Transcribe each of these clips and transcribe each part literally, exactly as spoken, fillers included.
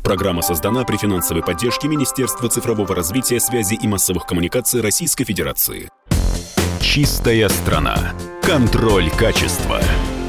Программа создана при финансовой поддержке Министерства цифрового развития, связи и массовых коммуникаций Российской Федерации. Чистая страна. Контроль качества.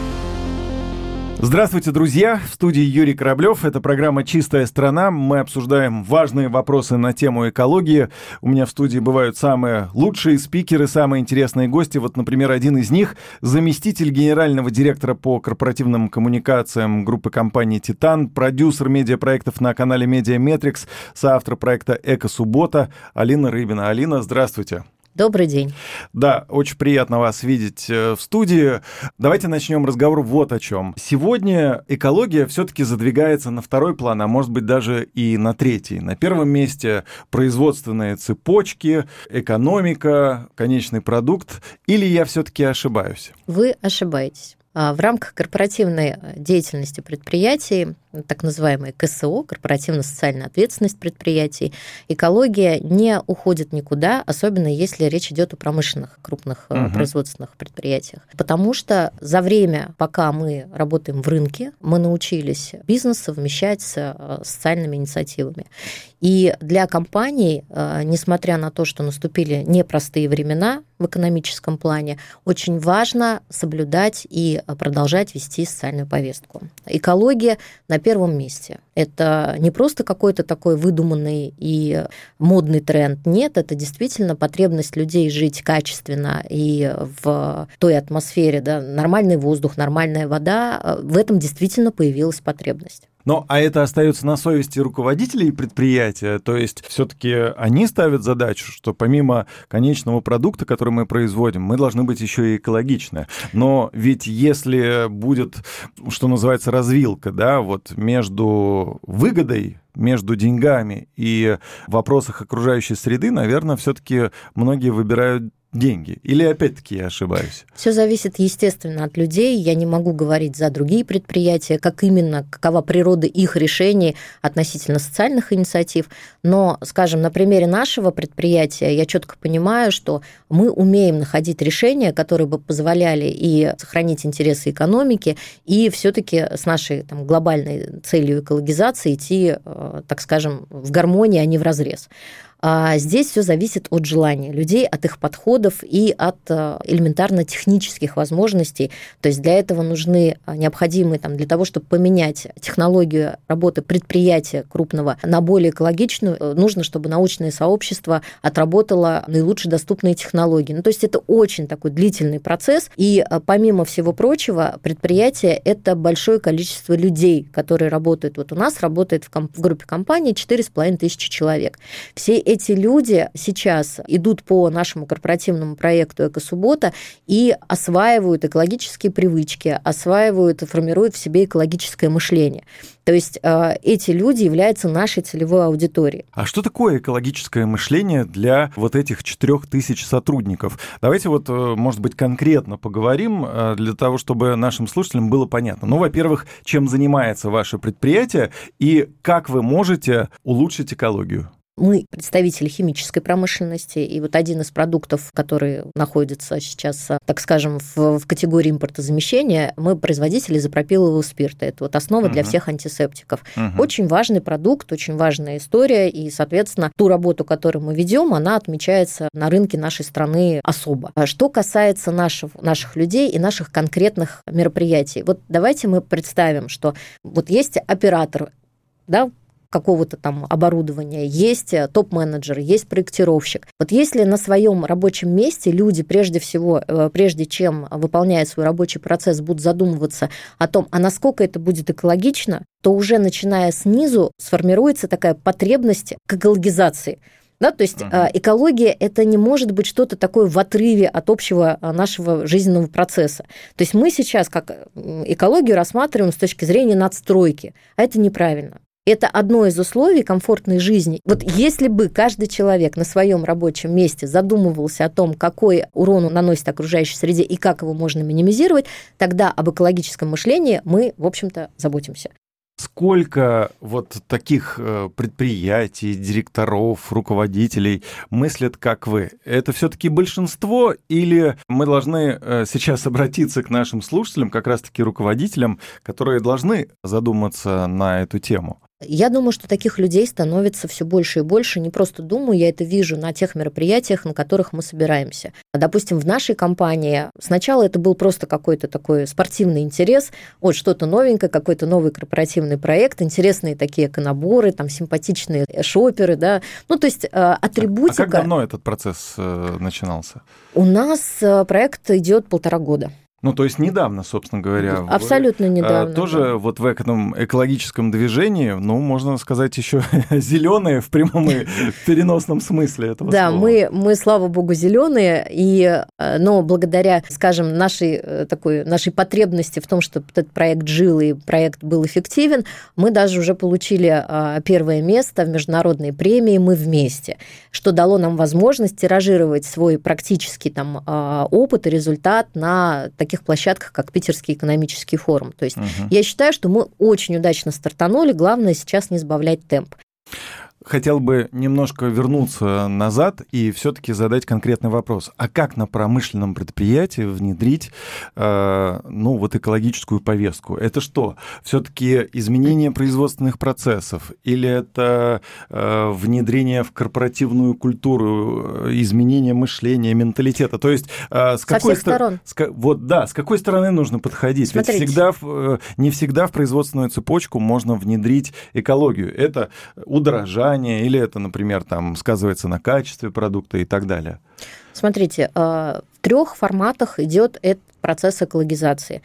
Здравствуйте, друзья! В студии Юрий Кораблев. Это программа «Чистая страна». Мы обсуждаем важные вопросы на тему экологии. У меня в студии бывают самые лучшие спикеры, самые интересные гости. Вот, например, один из них — заместитель генерального директора по корпоративным коммуникациям группы компаний «Титан», продюсер медиапроектов на канале «Медиаметрикс», соавтор проекта «Эко-суббота» Алина Рыбина. Алина, здравствуйте! Добрый день. Да, очень приятно вас видеть в студии. Давайте начнем разговор вот о чем. Сегодня экология все-таки задвигается на второй план, а может быть даже и на третий. На первом месте производственные цепочки, экономика, конечный продукт. Или я все-таки ошибаюсь? Вы ошибаетесь. В рамках корпоративной деятельности предприятий, так называемой ка эс о, корпоративно-социальная ответственность предприятий, экология не уходит никуда, особенно если речь идет о промышленных крупных uh-huh. производственных предприятиях. Потому что за время, пока мы работаем в рынке, мы научились бизнес совмещать с социальными инициативами. И для компаний, несмотря на то, что наступили непростые времена в экономическом плане, очень важно соблюдать и продолжать вести социальную повестку. Экология на первом месте. Это не просто какой-то такой выдуманный и модный тренд. Нет, это действительно потребность людей жить качественно и в той атмосфере, да, нормальный воздух, нормальная вода. В этом действительно появилась потребность. Ну, а это остается на совести руководителей предприятия, то есть все-таки они ставят задачу, что помимо конечного продукта, который мы производим, мы должны быть еще и экологичны. Но ведь если будет, что называется, развилка, да, вот между выгодой, между деньгами и в вопросах окружающей среды, наверное, все-таки многие выбирают деньги. Или опять-таки я ошибаюсь? Все зависит, естественно, от людей. Я не могу говорить за другие предприятия, как именно, какова природа их решений относительно социальных инициатив. Но, скажем, на примере нашего предприятия я четко понимаю, что мы умеем находить решения, которые бы позволяли и сохранить интересы экономики, и все-таки с нашей там, глобальной целью экологизации идти, так скажем, в гармонии, а не вразрез. А здесь все зависит от желания людей, от их подходов и от элементарно технических возможностей. То есть для этого нужны необходимые, там, для того, чтобы поменять технологию работы предприятия крупного на более экологичную, нужно, чтобы научное сообщество отработало наилучшие доступные технологии. Ну, то есть это очень такой длительный процесс. И помимо всего прочего, предприятие – это большое количество людей, которые работают. Вот у нас работает в, комп- в группе компаний четыре с половиной тысячи человек. Все эти люди сейчас идут по нашему корпоративному проекту «Эко-суббота» и осваивают экологические привычки, осваивают и формируют в себе экологическое мышление. То есть эти люди являются нашей целевой аудиторией. А что такое экологическое мышление для вот этих четырех тысяч сотрудников? Давайте вот, может быть, конкретно поговорим для того, чтобы нашим слушателям было понятно. Ну, во-первых, чем занимается ваше предприятие и как вы можете улучшить экологию? Мы представители химической промышленности, и вот один из продуктов, который находится сейчас, так скажем, в, в категории импортозамещения, мы производители изопропилового спирта. Это вот основа uh-huh. для всех антисептиков. Uh-huh. Очень важный продукт, очень важная история, и, соответственно, ту работу, которую мы ведем, она отмечается на рынке нашей страны особо. Что касается наших, наших людей и наших конкретных мероприятий, вот давайте мы представим, что вот есть оператор, да, какого-то там оборудования, есть топ-менеджер, есть проектировщик. Вот если на своем рабочем месте люди прежде всего, прежде чем выполняя свой рабочий процесс, будут задумываться о том, а насколько это будет экологично, то уже начиная снизу сформируется такая потребность к экологизации. Да, то есть uh-huh. экология – это не может быть что-то такое в отрыве от общего нашего жизненного процесса. То есть мы сейчас как экологию рассматриваем с точки зрения надстройки, а это неправильно. Это одно из условий комфортной жизни. Вот если бы каждый человек на своем рабочем месте задумывался о том, какой урон он наносит окружающей среде и как его можно минимизировать, тогда об экологическом мышлении мы, в общем-то, заботимся. Сколько вот таких предприятий, директоров, руководителей мыслят, как вы? Это все-таки большинство, или мы должны сейчас обратиться к нашим слушателям, как раз-таки руководителям, которые должны задуматься на эту тему? Я думаю, что таких людей становится все больше и больше. Не просто думаю, я это вижу на тех мероприятиях, на которых мы собираемся. Допустим, в нашей компании сначала это был просто какой-то такой спортивный интерес, вот что-то новенькое, какой-то новый корпоративный проект, интересные такие эконаборы, там симпатичные шоперы, да. Ну, то есть атрибутика... А как давно этот процесс начинался? У нас проект идет полтора года. Ну, то есть недавно, собственно говоря. Абсолютно вы, недавно. Тоже да. вот в этом экологическом движении, ну, можно сказать, еще зеленые в прямом и переносном смысле этого да, слова. мы, мы, слава богу, зеленые, и, но благодаря, скажем, нашей, такой, нашей потребности в том, чтобы этот проект жил и проект был эффективен, мы даже уже получили первое место в международной премии «Мы вместе», что дало нам возможность тиражировать свой практический там, опыт и результат на таких площадках, как Питерский экономический форум. То есть угу. я считаю, что мы очень удачно стартанули, главное сейчас не сбавлять темп. Хотел бы немножко вернуться назад и все-таки задать конкретный вопрос. А как на промышленном предприятии внедрить э, ну, вот экологическую повестку? Это что? Все-таки изменение производственных процессов? Или это э, внедрение в корпоративную культуру, изменение мышления, менталитета? То есть э, с какой Со всех сторон. С, вот, да, с какой стороны нужно подходить? Смотрите. Ведь всегда, э, не всегда в производственную цепочку можно внедрить экологию. Это удорожание, или это, например, там, сказывается на качестве продукта и так далее? Смотрите, в трех форматах идет этот процесс экологизации.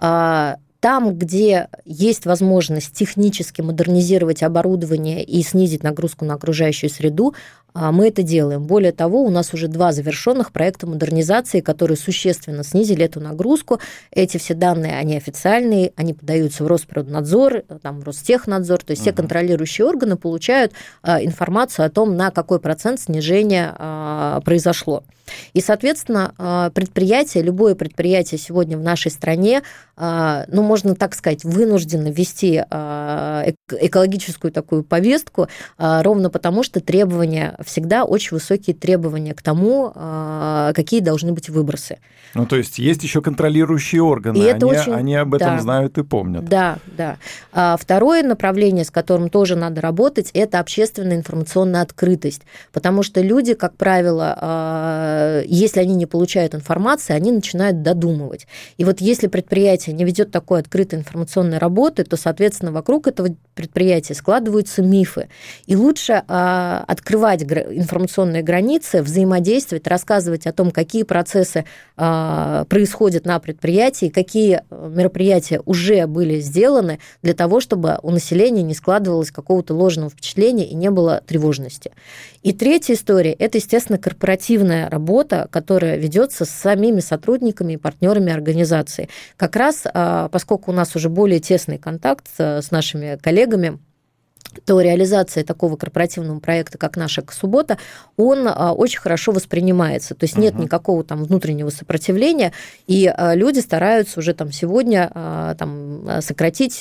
Там, где есть возможность технически модернизировать оборудование и снизить нагрузку на окружающую среду, мы это делаем. Более того, у нас уже два завершенных проекта модернизации, которые существенно снизили эту нагрузку. Эти все данные, они официальные, они подаются в Росприроднадзор, там, в Ростехнадзор, то есть uh-huh. все контролирующие органы получают информацию о том, на какой процент снижения произошло. И, соответственно, предприятие, любое предприятие сегодня в нашей стране, ну, можно так сказать, вынуждено ввести экологическую такую повестку, ровно потому, что требования, всегда очень высокие требования к тому, какие должны быть выбросы. Ну, то есть есть еще контролирующие органы, и они, это очень... они об этом да. знают и помнят. Да, да. А второе направление, с которым тоже надо работать, это общественная информационная открытость, потому что люди, как правило, если они не получают информации, они начинают додумывать. И вот если предприятие не ведет такой открытой информационной работы, то, соответственно, вокруг этого предприятия складываются мифы. И лучше открывать информационные границы, взаимодействовать, рассказывать о том, какие процессы происходят на предприятии, какие мероприятия уже были сделаны для того, чтобы у населения не складывалось какого-то ложного впечатления и не было тревожности. И третья история – это, естественно, корпоративная работа, которая ведется с самими сотрудниками и партнерами организации. Как раз, поскольку у нас уже более тесный контакт с нашими коллегами, то реализация такого корпоративного проекта, как наша «Экосуббота», он очень хорошо воспринимается. То есть нет uh-huh. никакого там внутреннего сопротивления, и люди стараются уже там сегодня там, сократить,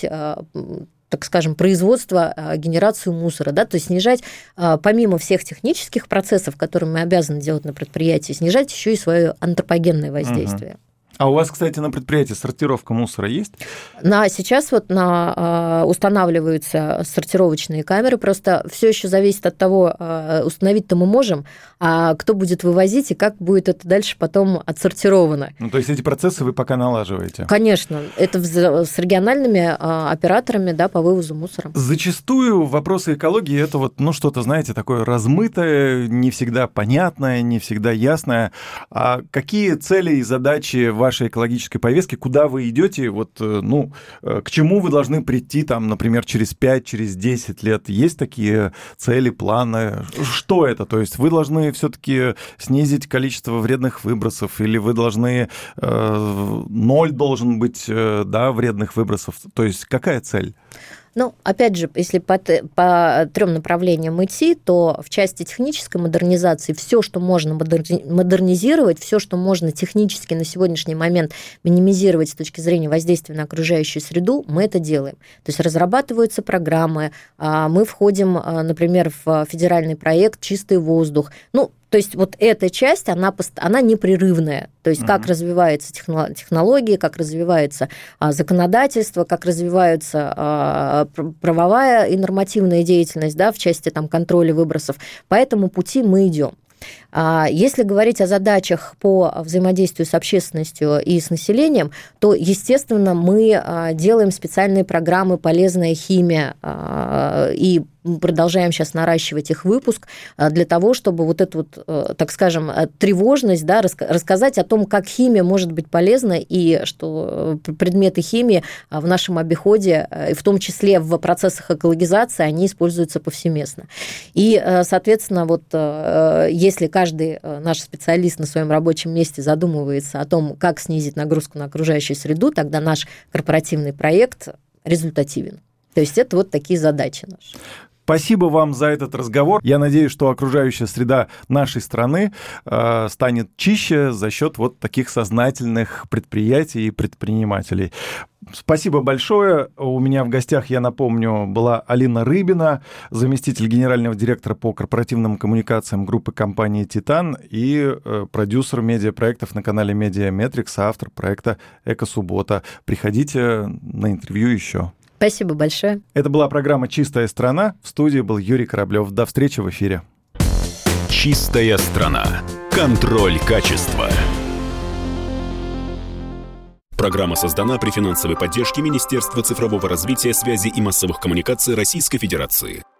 так скажем, производство, генерацию мусора, да, то есть снижать, помимо всех технических процессов, которые мы обязаны делать на предприятии, снижать еще и свое антропогенное воздействие. Uh-huh. А у вас, кстати, на предприятии сортировка мусора есть? На, сейчас вот на, устанавливаются сортировочные камеры, просто все еще зависит от того, установить-то мы можем, а кто будет вывозить и как будет это дальше потом отсортировано. Ну, то есть эти процессы вы пока налаживаете? Конечно. Это с региональными операторами, да, по вывозу мусора. Зачастую вопросы экологии – это вот, ну, что-то, знаете, такое размытое, не всегда понятное, не всегда ясное. А какие цели и задачи в вашей экологической повестке, куда вы идете, вот, ну, к чему вы должны прийти, там, например, через пять, через десять лет? Есть такие цели, планы? Что это? То есть вы должны все-таки снизить количество вредных выбросов, или вы должны, э, ноль должен быть, э, да, вредных выбросов? То есть какая цель? Ну, опять же, если по, по трем направлениям идти, то в части технической модернизации все, что можно модернизировать, все, что можно технически на сегодняшний момент минимизировать с точки зрения воздействия на окружающую среду, мы это делаем. То есть разрабатываются программы, мы входим, например, в федеральный проект «Чистый воздух». Ну, То есть вот эта часть, она, она непрерывная. То есть как mm-hmm. развиваются технологии, как развивается законодательство, как развивается правовая и нормативная деятельность, да, в части там, контроля выбросов. По этому пути мы идем. Если говорить о задачах по взаимодействию с общественностью и с населением, то, естественно, мы делаем специальные программы «Полезная химия» и продолжаем сейчас наращивать их выпуск для того, чтобы вот эту вот, так скажем, тревожность, да, рассказать о том, как химия может быть полезна и что предметы химии в нашем обиходе, и в том числе в процессах экологизации, они используются повсеместно. И, соответственно, вот если каждый наш специалист на своем рабочем месте задумывается о том, как снизить нагрузку на окружающую среду, тогда наш корпоративный проект результативен. То есть это вот такие задачи наши. Спасибо вам за этот разговор. Я надеюсь, что окружающая среда нашей страны э, станет чище за счет вот таких сознательных предприятий и предпринимателей. Спасибо большое. У меня в гостях, я напомню, была Алина Рыбина, заместитель генерального директора по корпоративным коммуникациям группы компании «Титан» и э, продюсер медиапроектов на канале «Медиаметрикс», автор проекта «Экосуббота». Приходите на интервью еще. Спасибо большое. Это была программа «Чистая страна». В студии был Юрий Кораблев. До встречи в эфире. «Чистая страна». Контроль качества. Программа создана при финансовой поддержке Министерства цифрового развития, связи и массовых коммуникаций Российской Федерации.